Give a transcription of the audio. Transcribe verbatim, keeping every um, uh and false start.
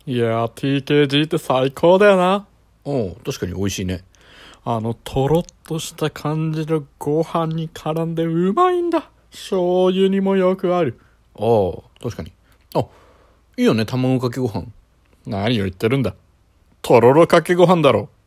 いやー ティーケージー って最高だよな。 おう、確かに美味しいね。 あのとろっとした感じのご飯に絡んでうまいんだ。醤油にもよくある。 ああ、確かに。あ、いいよね、卵かけご飯。 何を言ってるんだ。とろろかけご飯だろ。